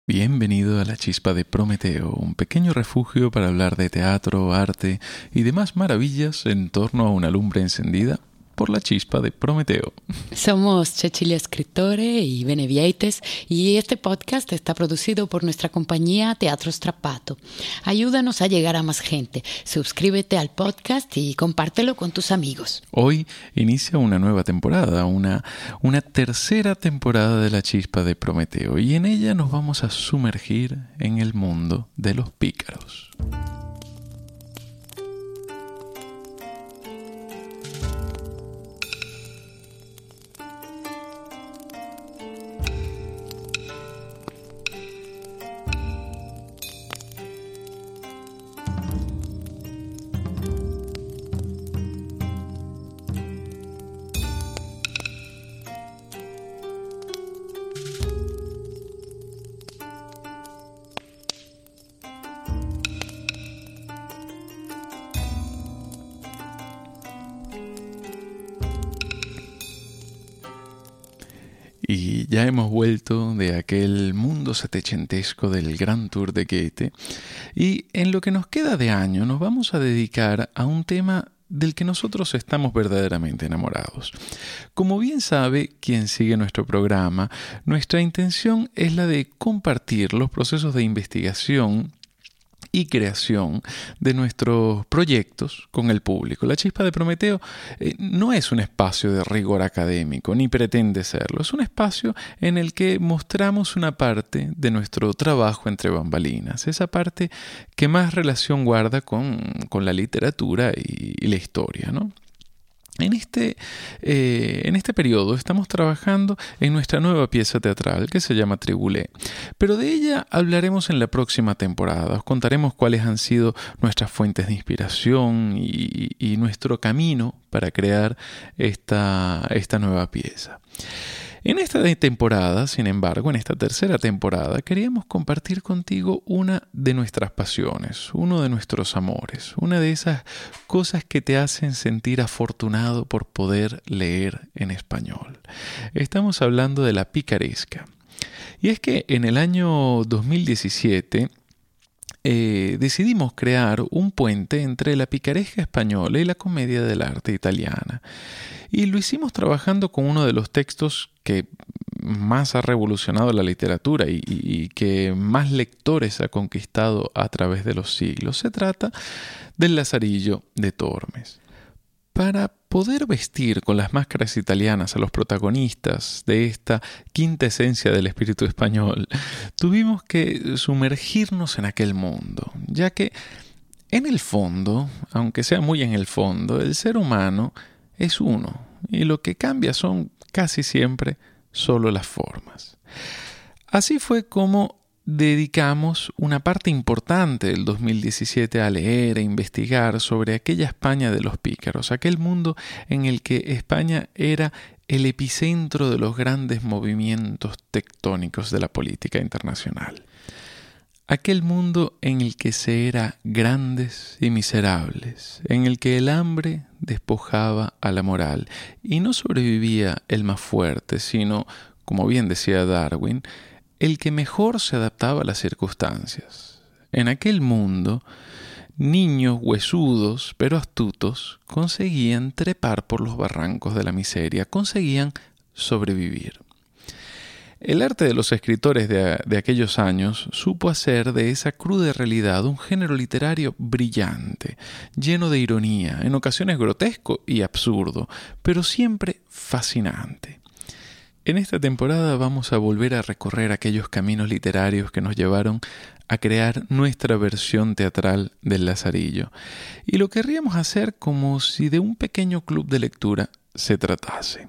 Bienvenido a La Chispa de Prometeo, un pequeño refugio para hablar de teatro, arte y demás maravillas en torno a una lumbre encendida por la chispa de Prometeo. Somos Cecilia Scrittore y Benevieites y este podcast está producido por nuestra compañía Teatro Strappato. Ayúdanos a llegar a más gente. Suscríbete al podcast y compártelo con tus amigos. Hoy inicia una nueva temporada, una tercera temporada de La Chispa de Prometeo, y en ella nos vamos a sumergir en el mundo de los pícaros. Y ya hemos vuelto de aquel mundo setecentesco del Gran Tour de Goethe, y en lo que nos queda de año nos vamos a dedicar a un tema del que nosotros estamos verdaderamente enamorados. Como bien sabe quien sigue nuestro programa, nuestra intención es la de compartir los procesos de investigación y creación de nuestros proyectos con el público. La Chispa de Prometeo no es un espacio de rigor académico, ni pretende serlo. Es un espacio en el que mostramos una parte de nuestro trabajo entre bambalinas, esa parte que más relación guarda con la literatura y la historia, ¿no? En este periodo estamos trabajando en nuestra nueva pieza teatral que se llama Triboulet, pero de ella hablaremos en la próxima temporada. Os contaremos cuáles han sido nuestras fuentes de inspiración y nuestro camino para crear esta nueva pieza. En esta temporada, sin embargo, en esta tercera temporada, queríamos compartir contigo una de nuestras pasiones, uno de nuestros amores, una de esas cosas que te hacen sentir afortunado por poder leer en español. Estamos hablando de la picaresca. Y es que en el año 2017 decidimos crear un puente entre la picaresca española y la comedia del arte italiana. Y lo hicimos trabajando con uno de los textos que más ha revolucionado la literatura y que más lectores ha conquistado a través de los siglos. Se trata del Lazarillo de Tormes. Para poder vestir con las máscaras italianas a los protagonistas de esta quinta esencia del espíritu español, tuvimos que sumergirnos en aquel mundo, ya que en el fondo, aunque sea muy en el fondo, el ser humano es uno, y lo que cambia son casi siempre solo las formas. Así fue como dedicamos una parte importante del 2017 a leer e investigar sobre aquella España de los pícaros, aquel mundo en el que España era el epicentro de los grandes movimientos tectónicos de la política internacional. Aquel mundo en el que se era grandes y miserables, en el que el hambre despojaba a la moral y no sobrevivía el más fuerte, sino, como bien decía Darwin, el que mejor se adaptaba a las circunstancias. En aquel mundo, niños huesudos pero astutos conseguían trepar por los barrancos de la miseria, conseguían sobrevivir. El arte de los escritores de aquellos años supo hacer de esa cruda realidad un género literario brillante, lleno de ironía, en ocasiones grotesco y absurdo, pero siempre fascinante. En esta temporada vamos a volver a recorrer aquellos caminos literarios que nos llevaron a crear nuestra versión teatral del Lazarillo, y lo querríamos hacer como si de un pequeño club de lectura se tratase.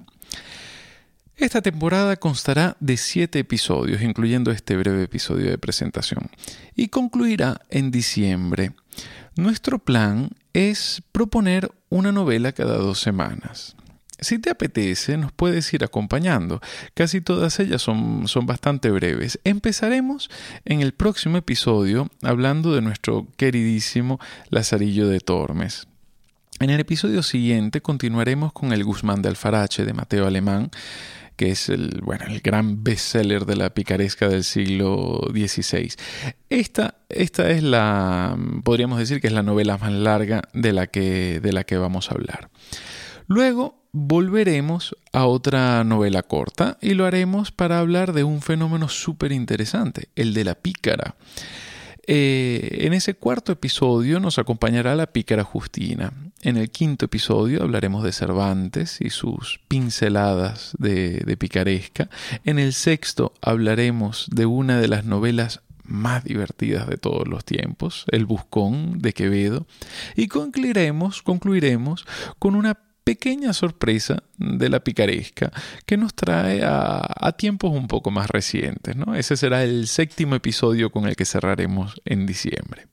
Esta temporada constará de 7 episodios, incluyendo este breve episodio de presentación, y concluirá en diciembre. Nuestro plan es proponer una novela cada 2 semanas. Si te apetece, nos puedes ir acompañando. Casi todas ellas son bastante breves. Empezaremos en el próximo episodio hablando de nuestro queridísimo Lazarillo de Tormes. En el episodio siguiente continuaremos con el Guzmán de Alfarache de Mateo Alemán, que es el gran bestseller de la picaresca del siglo XVI. Esta es podríamos decir que es la novela más larga de la que vamos a hablar. Luego volveremos a otra novela corta y lo haremos para hablar de un fenómeno súper interesante, el de la pícara. En ese cuarto episodio nos acompañará la pícara Justina. En el quinto episodio hablaremos de Cervantes y sus pinceladas de picaresca. En el sexto hablaremos de una de las novelas más divertidas de todos los tiempos, El Buscón de Quevedo. Y concluiremos con una pequeña sorpresa de la picaresca que nos trae a tiempos un poco más recientes, ¿no? Ese será el séptimo episodio con el que cerraremos en diciembre.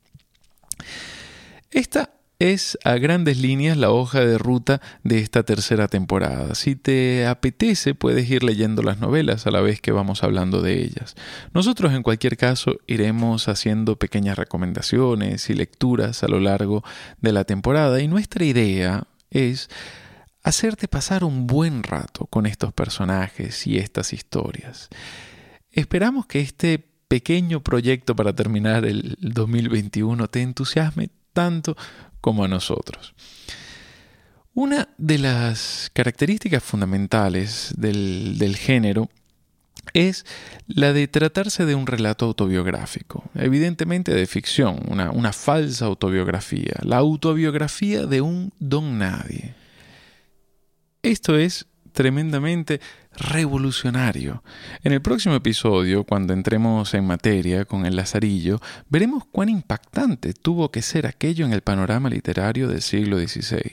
Esta es a grandes líneas la hoja de ruta de esta tercera temporada. Si te apetece, puedes ir leyendo las novelas a la vez que vamos hablando de ellas. Nosotros, en cualquier caso, iremos haciendo pequeñas recomendaciones y lecturas a lo largo de la temporada, y nuestra idea es hacerte pasar un buen rato con estos personajes y estas historias. Esperamos que este pequeño proyecto para terminar el 2021 te entusiasme tanto como a nosotros. Una de las características fundamentales del género es la de tratarse de un relato autobiográfico, evidentemente de ficción, una falsa autobiografía, la autobiografía de un don nadie. Esto es tremendamente revolucionario. En el próximo episodio, cuando entremos en materia con el Lazarillo, veremos cuán impactante tuvo que ser aquello en el panorama literario del siglo XVI.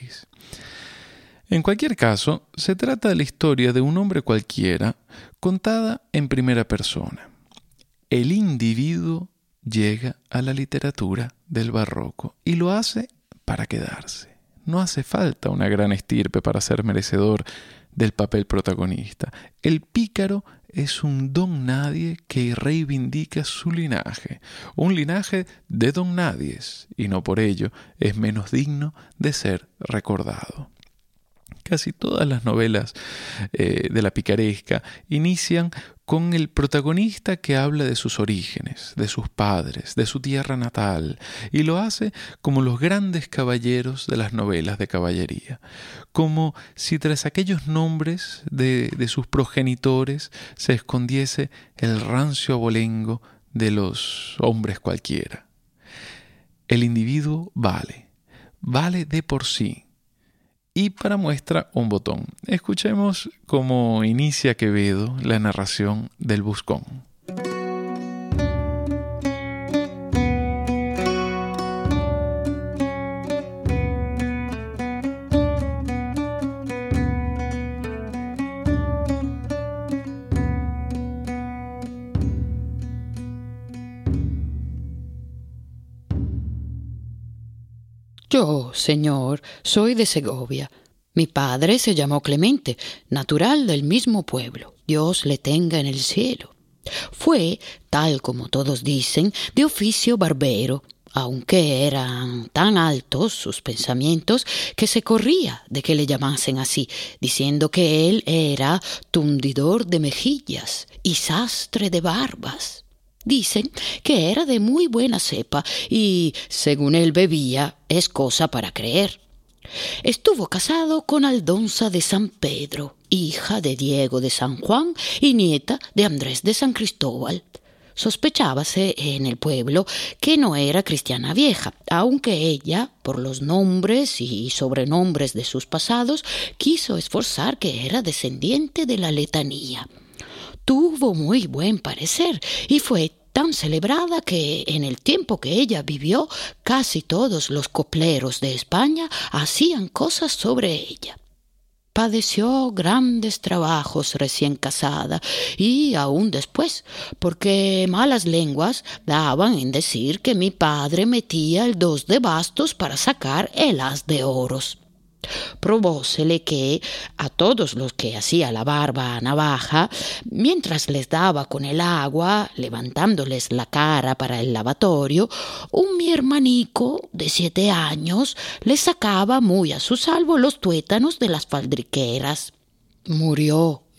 En cualquier caso, se trata de la historia de un hombre cualquiera contada en primera persona. El individuo llega a la literatura del barroco y lo hace para quedarse. No hace falta una gran estirpe para ser merecedor del papel protagonista. El pícaro es un don nadie que reivindica su linaje, un linaje de don nadies, y no por ello es menos digno de ser recordado. Casi todas las novelas de la picaresca inician con el protagonista que habla de sus orígenes, de sus padres, de su tierra natal, y lo hace como los grandes caballeros de las novelas de caballería, como si tras aquellos nombres de sus progenitores se escondiese el rancio abolengo de los hombres cualquiera. El individuo vale de por sí. Y para muestra un botón. Escuchemos cómo inicia Quevedo la narración del Buscón. Yo, señor, soy de Segovia. Mi padre se llamó Clemente, natural del mismo pueblo. Dios le tenga en el cielo. Fue, tal como todos dicen, de oficio barbero, aunque eran tan altos sus pensamientos que se corría de que le llamasen así, diciendo que él era tundidor de mejillas y sastre de barbas. Dicen que era de muy buena cepa y, según él bebía, es cosa para creer. Estuvo casado con Aldonza de San Pedro, hija de Diego de San Juan y nieta de Andrés de San Cristóbal. Sospechábase en el pueblo que no era cristiana vieja, aunque ella, por los nombres y sobrenombres de sus pasados, quiso esforzar que era descendiente de la letanía. Tuvo muy buen parecer y fue tan celebrada que en el tiempo que ella vivió casi todos los copleros de España hacían cosas sobre ella. Padeció grandes trabajos recién casada y aún después, porque malas lenguas daban en decir que mi padre metía el 2 de bastos para sacar el as de oros. Probósele que a todos los que hacía la barba a navaja, mientras les daba con el agua, levantándoles la cara para el lavatorio, mi hermanico de 7 años le sacaba muy a su salvo los tuétanos de las faldriqueras. Murió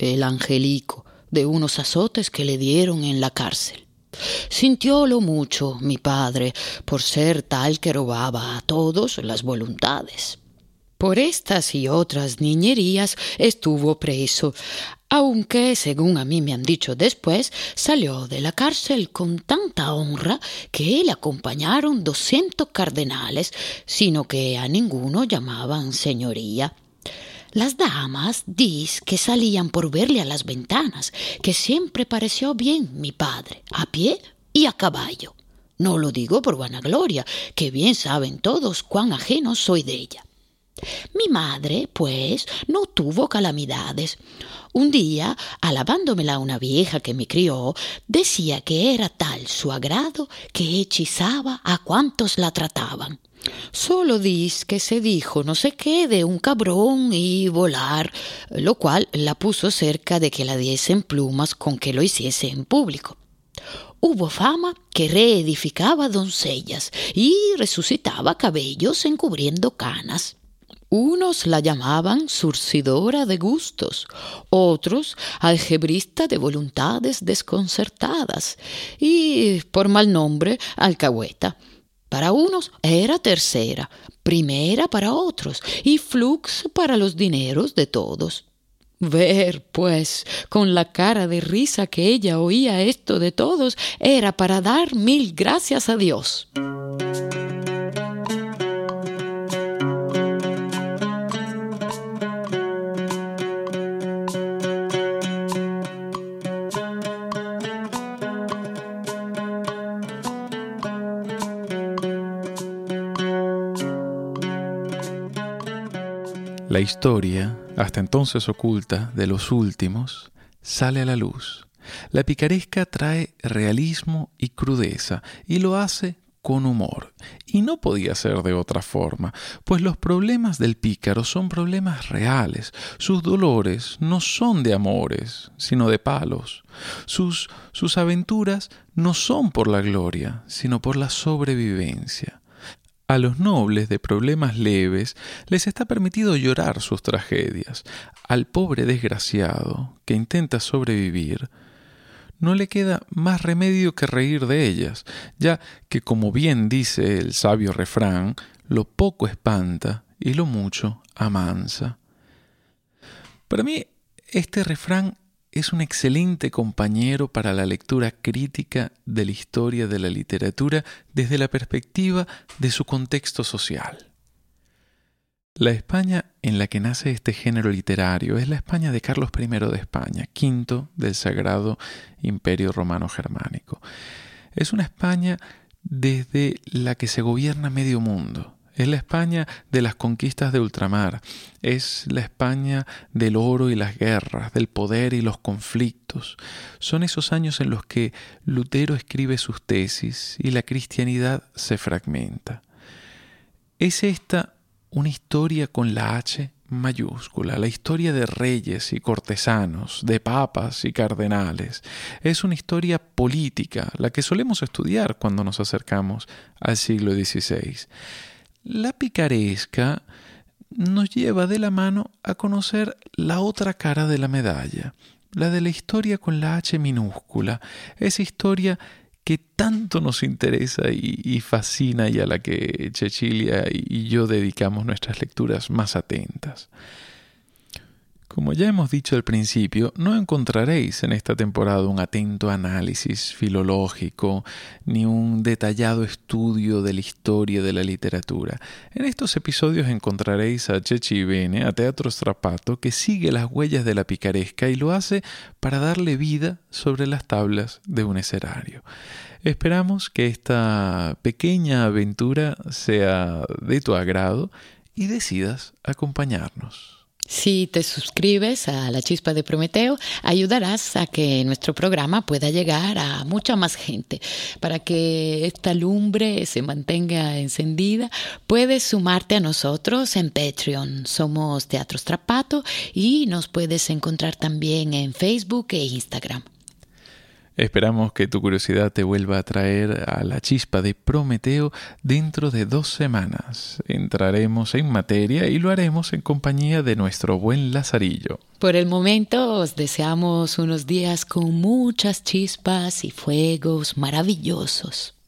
el angelico, de unos azotes que le dieron en la cárcel. Sintiólo mucho mi padre por ser tal que robaba a todos las voluntades. Por estas y otras niñerías estuvo preso, aunque, según a mí me han dicho después, salió de la cárcel con tanta honra que le acompañaron 200 cardenales, sino que a ninguno llamaban señoría. Las damas dis que salían por verle a las ventanas, que siempre pareció bien mi padre, a pie y a caballo. No lo digo por vanagloria, que bien saben todos cuán ajeno soy de ella. Mi madre, pues, no tuvo calamidades. Un día, alabándomela una vieja que me crió, decía que era tal su agrado que hechizaba a cuantos la trataban. Solo diz que se dijo no sé qué de un cabrón y volar, lo cual la puso cerca de que la diesen plumas con que lo hiciese en público. Hubo fama que reedificaba doncellas y resucitaba cabellos encubriendo canas. Unos la llamaban surcidora de gustos, otros algebrista de voluntades desconcertadas y, por mal nombre, alcahueta. Para unos era tercera, primera para otros y flux para los dineros de todos. Ver, pues, con la cara de risa que ella oía esto de todos, era para dar 1000 gracias a Dios. La historia, hasta entonces oculta, de los últimos, sale a la luz. La picaresca trae realismo y crudeza, y lo hace con humor. Y no podía ser de otra forma, pues los problemas del pícaro son problemas reales. Sus dolores no son de amores, sino de palos. Sus aventuras no son por la gloria, sino por la sobrevivencia. A los nobles de problemas leves les está permitido llorar sus tragedias. Al pobre desgraciado que intenta sobrevivir, no le queda más remedio que reír de ellas, ya que, como bien dice el sabio refrán, lo poco espanta y lo mucho amansa. Para mí, este refrán es un excelente compañero para la lectura crítica de la historia de la literatura desde la perspectiva de su contexto social. La España en la que nace este género literario es la España de Carlos I de España, quinto del Sagrado Imperio Romano Germánico. Es una España desde la que se gobierna medio mundo. Es la España de las conquistas de ultramar, es la España del oro y las guerras, del poder y los conflictos. Son esos años en los que Lutero escribe sus tesis y la cristianidad se fragmenta. Es esta una historia con la H mayúscula, la historia de reyes y cortesanos, de papas y cardenales. Es una historia política, la que solemos estudiar cuando nos acercamos al siglo XVI. La picaresca nos lleva de la mano a conocer la otra cara de la medalla, la de la historia con la H minúscula, esa historia que tanto nos interesa y fascina y a la que Cecilia y yo dedicamos nuestras lecturas más atentas. Como ya hemos dicho al principio, no encontraréis en esta temporada un atento análisis filológico ni un detallado estudio de la historia de la literatura. En estos episodios encontraréis a Ceci Bene, a Teatro Strappato, que sigue las huellas de la picaresca y lo hace para darle vida sobre las tablas de un escenario. Esperamos que esta pequeña aventura sea de tu agrado y decidas acompañarnos. Si te suscribes a La Chispa de Prometeo, ayudarás a que nuestro programa pueda llegar a mucha más gente. Para que esta lumbre se mantenga encendida, puedes sumarte a nosotros en Patreon. Somos Teatro Strappato y nos puedes encontrar también en Facebook e Instagram. Esperamos que tu curiosidad te vuelva a traer a la chispa de Prometeo dentro de 2 semanas. Entraremos en materia y lo haremos en compañía de nuestro buen Lazarillo. Por el momento os deseamos unos días con muchas chispas y fuegos maravillosos.